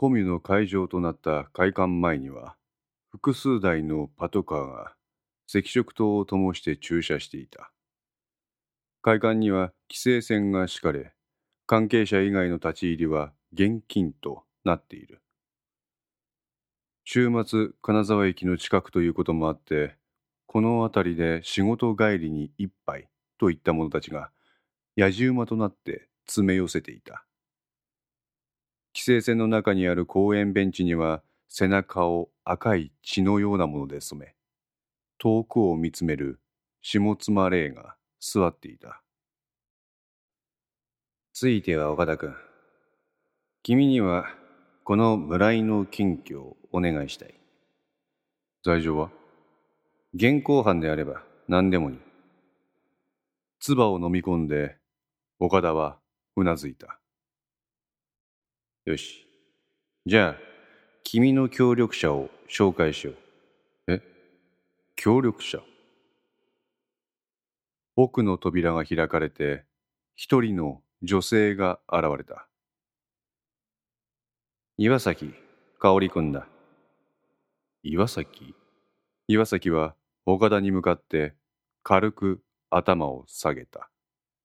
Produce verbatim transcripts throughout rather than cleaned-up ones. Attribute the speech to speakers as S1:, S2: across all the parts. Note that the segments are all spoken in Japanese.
S1: コミュの会場となった会館前には、複数台のパトカーが赤色灯を灯して駐車していた。会館には規制線が敷かれ、関係者以外の立ち入りは厳禁となっている。週末、金沢駅の近くということもあって、この辺りで仕事帰りに一杯といった者たちが野じ馬となって詰め寄せていた。規制線の中にある公園ベンチには背中を赤い血のようなもので染め、遠くを見つめる下妻霊が座っていた。ついては岡田君、君にはこの村井の検挙をお願いしたい。罪状は？現行犯であれば何でもいい。唾を飲み込んで岡田はうなずいた。よし。じゃあ、君の協力者を紹介しよう。え？協力者？奥の扉が開かれて、一人の女性が現れた。岩崎香織君だ。岩崎？岩崎は岡田に向かって軽く頭を下げた。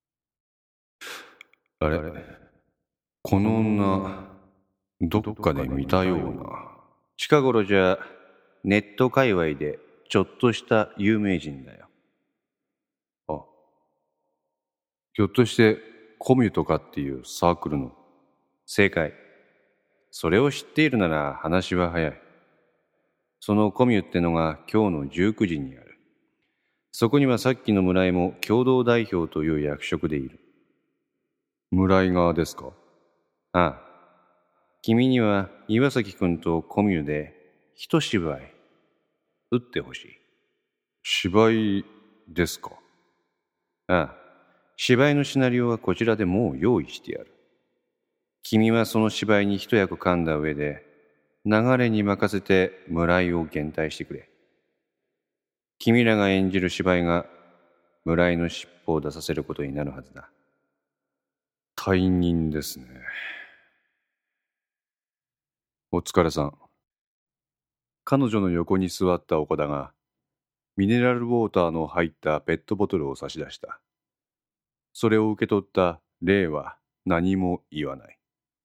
S1: あれ？この女、どっかで見たような。近頃じゃネット界隈でちょっとした有名人だよ。あ、ひょっとしてコミュとかっていうサークルの？正解。それを知っているなら話は早い。そのコミュってのが今日のじゅうくじにある。そこにはさっきの村井も共同代表という役職でいる。村井側ですか？ああ。君には岩崎君とコミュで一芝居打ってほしい。芝居ですか？ああ。芝居のシナリオはこちらでもう用意してやる。君はその芝居に一役噛んだ上で、流れに任せて村井を減退してくれ。君らが演じる芝居が村井の尻尾を出させることになるはずだ。大任ですね。お疲れさん。彼女の横に座った岡田が、ミネラルウォーターの入ったペットボトルを差し出した。それを受け取ったレイは何も言わない。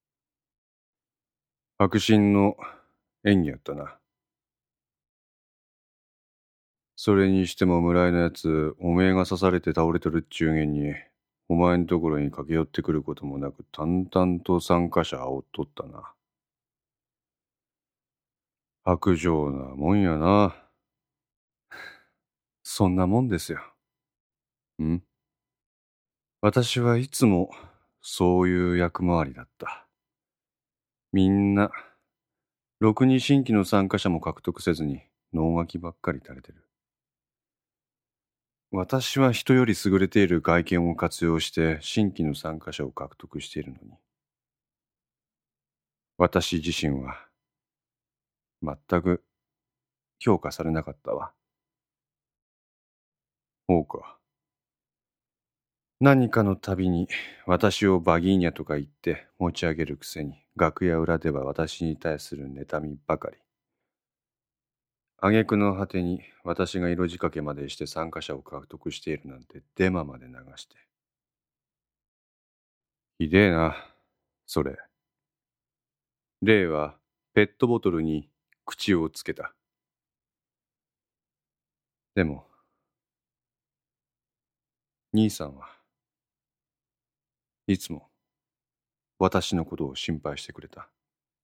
S1: 迫真の演技やったな。それにしても村井のやつ、おめえが刺されて倒れてるっちゅうげんに、お前んところに駆け寄ってくることもなく、淡々と参加者煽っとったな。薄情なもんやな。そんなもんですよ。ん？私はいつもそういう役回りだった。みんな、ろくに新規の参加者も獲得せずに、能書きばっかり垂れてる。私は人より優れている外見を活用して新規の参加者を獲得しているのに、私自身は全く評価されなかったわ。そうか。何かのたびに私をバギーニャとか言って持ち上げるくせに、楽屋裏では私に対する妬みばかり。挙句の果てに私が色仕掛けまでして参加者を獲得しているなんてデマまで流して。ひでえな、それ。レイはペットボトルに口をつけた。でも、兄さんはいつも私のことを心配してくれた。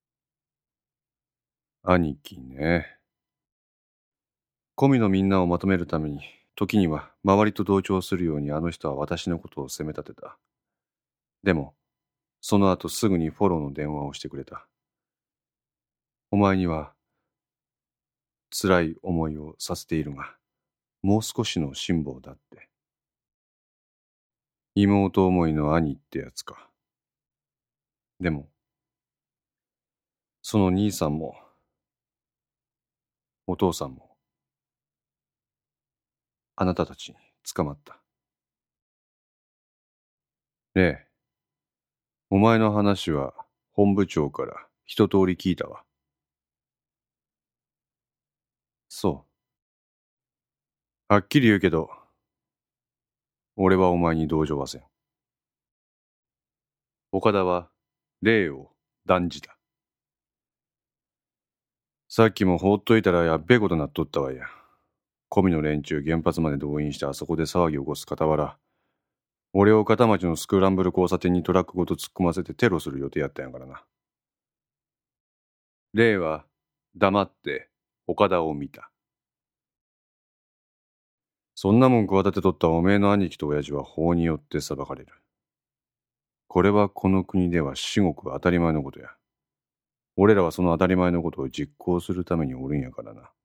S1: 兄貴ね。コミのみんなをまとめるために、時には周りと同調するようにあの人は私のことを責め立てた。でも、その後すぐにフォローの電話をしてくれた。お前には辛い思いをさせているが、もう少しの辛抱だって。妹思いの兄ってやつか。でも、その兄さんも、お父さんも、あなたたちに捕まった。ねえ、お前の話は本部長から一通り聞いたわ。そう。はっきり言うけど、俺はお前に同情はせん。岡田は、霊を断じた。さっきも放っといたらやっべえことなっとったわいや。込みの連中原発まで動員してあそこで騒ぎを起こす傍ら、俺を片町のスクランブル交差点にトラックごと突っ込ませてテロする予定やったんやからな。霊は黙って岡田を見た。そんなもん企てとったおめえの兄貴と親父は法によって裁かれる。これはこの国では至極当たり前のことや。俺らはその当たり前のことを実行するためにおるんやからな。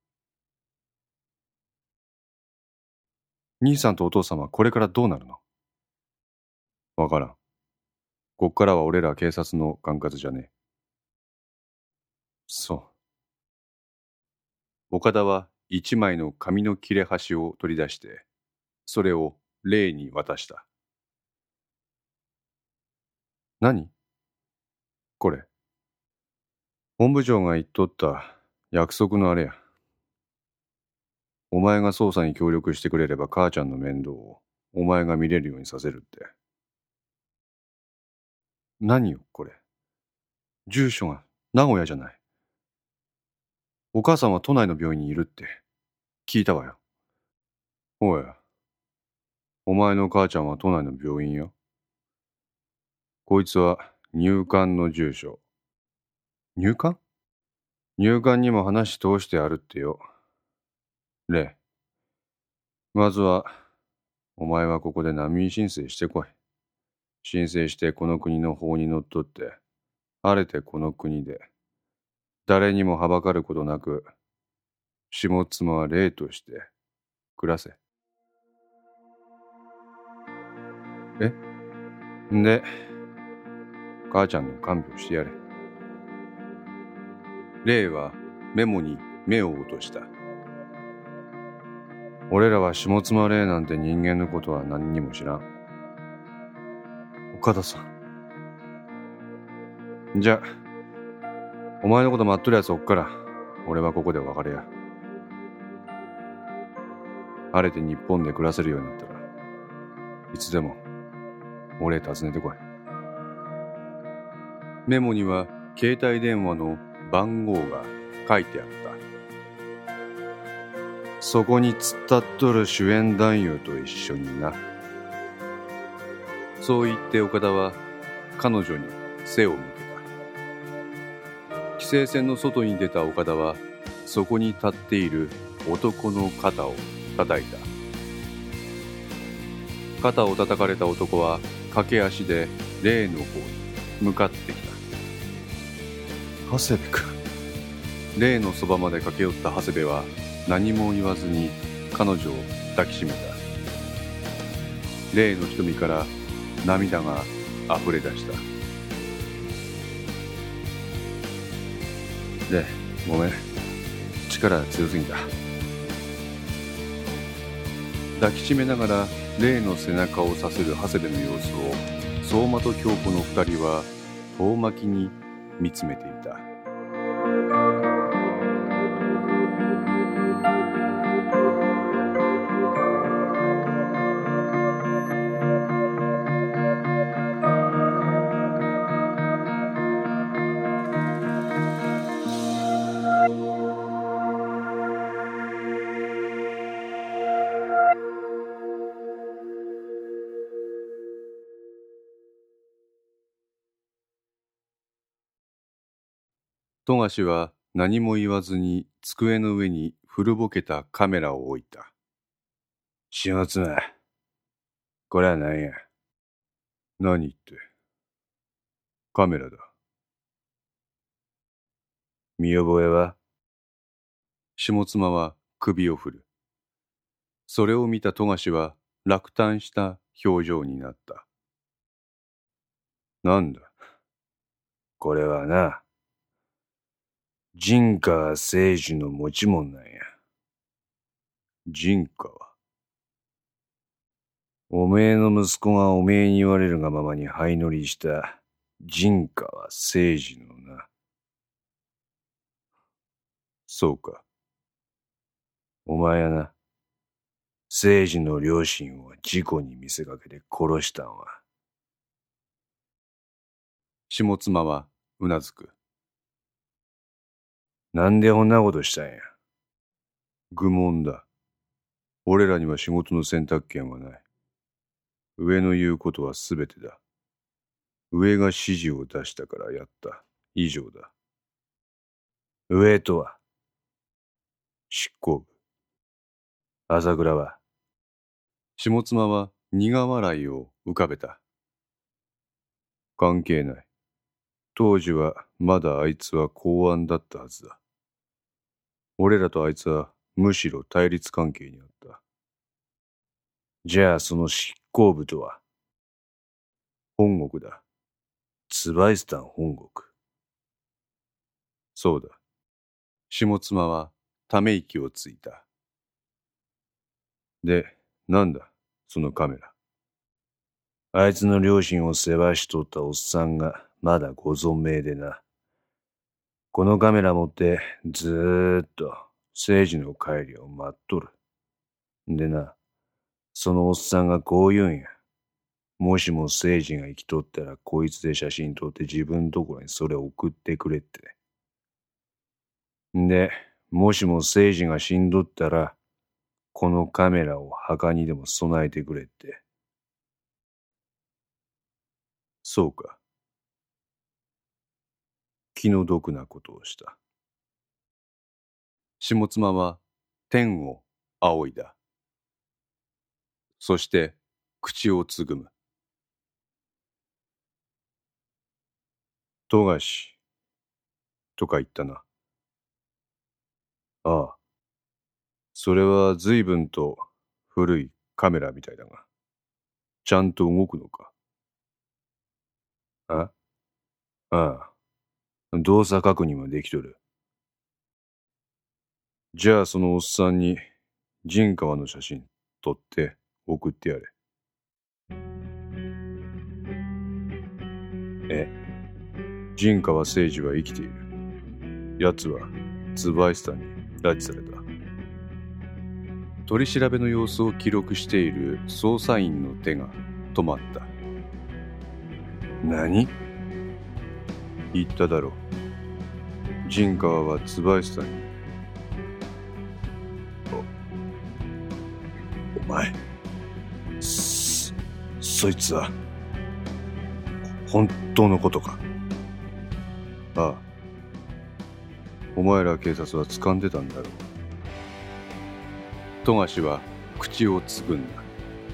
S1: 兄さんとお父さんはこれからどうなるの？わからん。こっからは俺ら警察の管轄じゃねえ。そう。岡田は一枚の紙の切れ端を取り出して、それを霊に渡した。何？これ。本部長が言っとった約束のあれや。お前が捜査に協力してくれれば母ちゃんの面倒をお前が見れるようにさせるって。何よこれ。住所が名古屋じゃない。お母さんは都内の病院にいるって聞いたわよ。おい、お前の母ちゃんは都内の病院よ。こいつは入管の住所。入管？入管にも話通してあるってよ。レイ、まずはお前はここで難民申請してこい。申請してこの国の法にのっとって、晴れてこの国で誰にもはばかることなく、下妻は霊として暮らせ。え？んで、母ちゃんの看病してやれ。霊はメモに目を落とした。俺らは下妻霊なんて人間のことは何にも知らん。岡田さん。じゃ、お前のこと待っとるやつおっから、俺はここで別れや。晴れて日本で暮らせるようになったら、いつでも俺訪ねてこい。メモには携帯電話の番号が書いてあった。そこに突っ立っとる主演男優と一緒にな。そう言って岡田は彼女に背を向けた。規制線の外に出た岡田はそこに立っている男の肩を叩いた。肩を叩かれた男は駆け足で霊の方に向かってきた。長谷部君。霊のそばまで駆け寄った長谷部は何も言わずに彼女を抱きしめた。霊の瞳から涙が溢れ出した。で、ごめん。力が強すぎた。抱きしめながら霊の背中をさする長谷部の様子を相馬と京子の二人は遠巻きに見つめていた。富樫は何も言わずに机の上に古ぼけたカメラを置いた。下妻、これは何や。何って。カメラだ。見覚えは？下妻は首を振る。それを見た富樫は落胆した表情になった。なんだ。これはな、陣川誠司の持ち物なんや。陣川。おめえの息子がおめえに言われるがままに灰乗りした陣川誠司のな。 そうか。お前やな、誠治の両親を事故に見せかけて殺したんは。下妻はうなずく。なんでこんなことしたんや。愚問だ。俺らには仕事の選択権はない。上の言うことはすべてだ。上が指示を出したからやった。以上だ。上とは執行部。朝倉は。下妻は苦笑いを浮かべた。関係ない。当時はまだあいつは公安だったはずだ。俺らとあいつはむしろ対立関係にあった。じゃあその執行部とは本国だ。ツバイスタン本国。そうだ。下妻はため息をついた。で、なんだ、そのカメラ。あいつの両親を世話しとったおっさんがまだご存命でな。このカメラ持ってずーっと誠治の帰りを待っとる。でな、そのおっさんがこう言うんや。もしも誠治が生きとったらこいつで写真撮って自分のところにそれ送ってくれって。で、もしも誠治が死んどったら、このカメラを墓にでも備えてくれって。そうか。気の毒なことをした。下妻は天を仰いだ。そして口をつぐむ。富樫とか言ったな。ああ。それは随分と古いカメラみたいだが、ちゃんと動くのか。あああ。動作確認はできとる。じゃあそのおっさんに陣川の写真撮って送ってやれ。え、陣川誠治は生きている。奴はツバイスタンに拉致された。取り調べの様子を記録している捜査員の手が止まった。何？言っただろう。陣川はツバイスタンに。お、お前、そ、そいつは、本当のことか。ああ。お前ら警察は掴んでたんだろう。富樫は口をつぐんだ。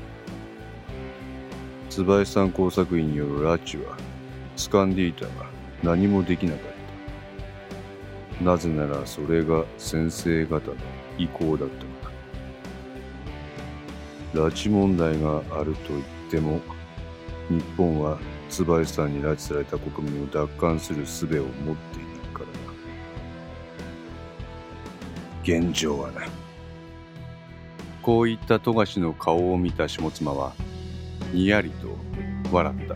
S1: 椿さん工作員による拉致は掴んでいたが何もできなかった。なぜならそれが先生方の意向だったから。拉致問題があると言っても、日本は椿さんに拉致された国民を奪還する術を持っているからだ。現状はな。こういった富樫の顔を見た下妻はにやりと笑った。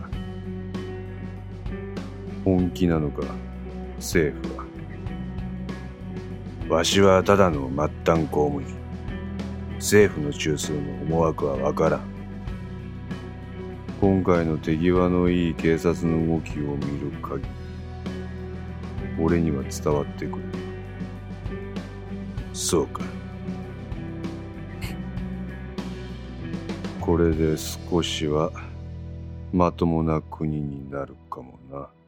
S1: 本気なのか、政府は。わしはただの末端公務員。政府の中枢の思惑はわからん。今回の手際のいい警察の動きを見る限り、俺には伝わってくる。そうか。これで少しはまともな国になるかもな。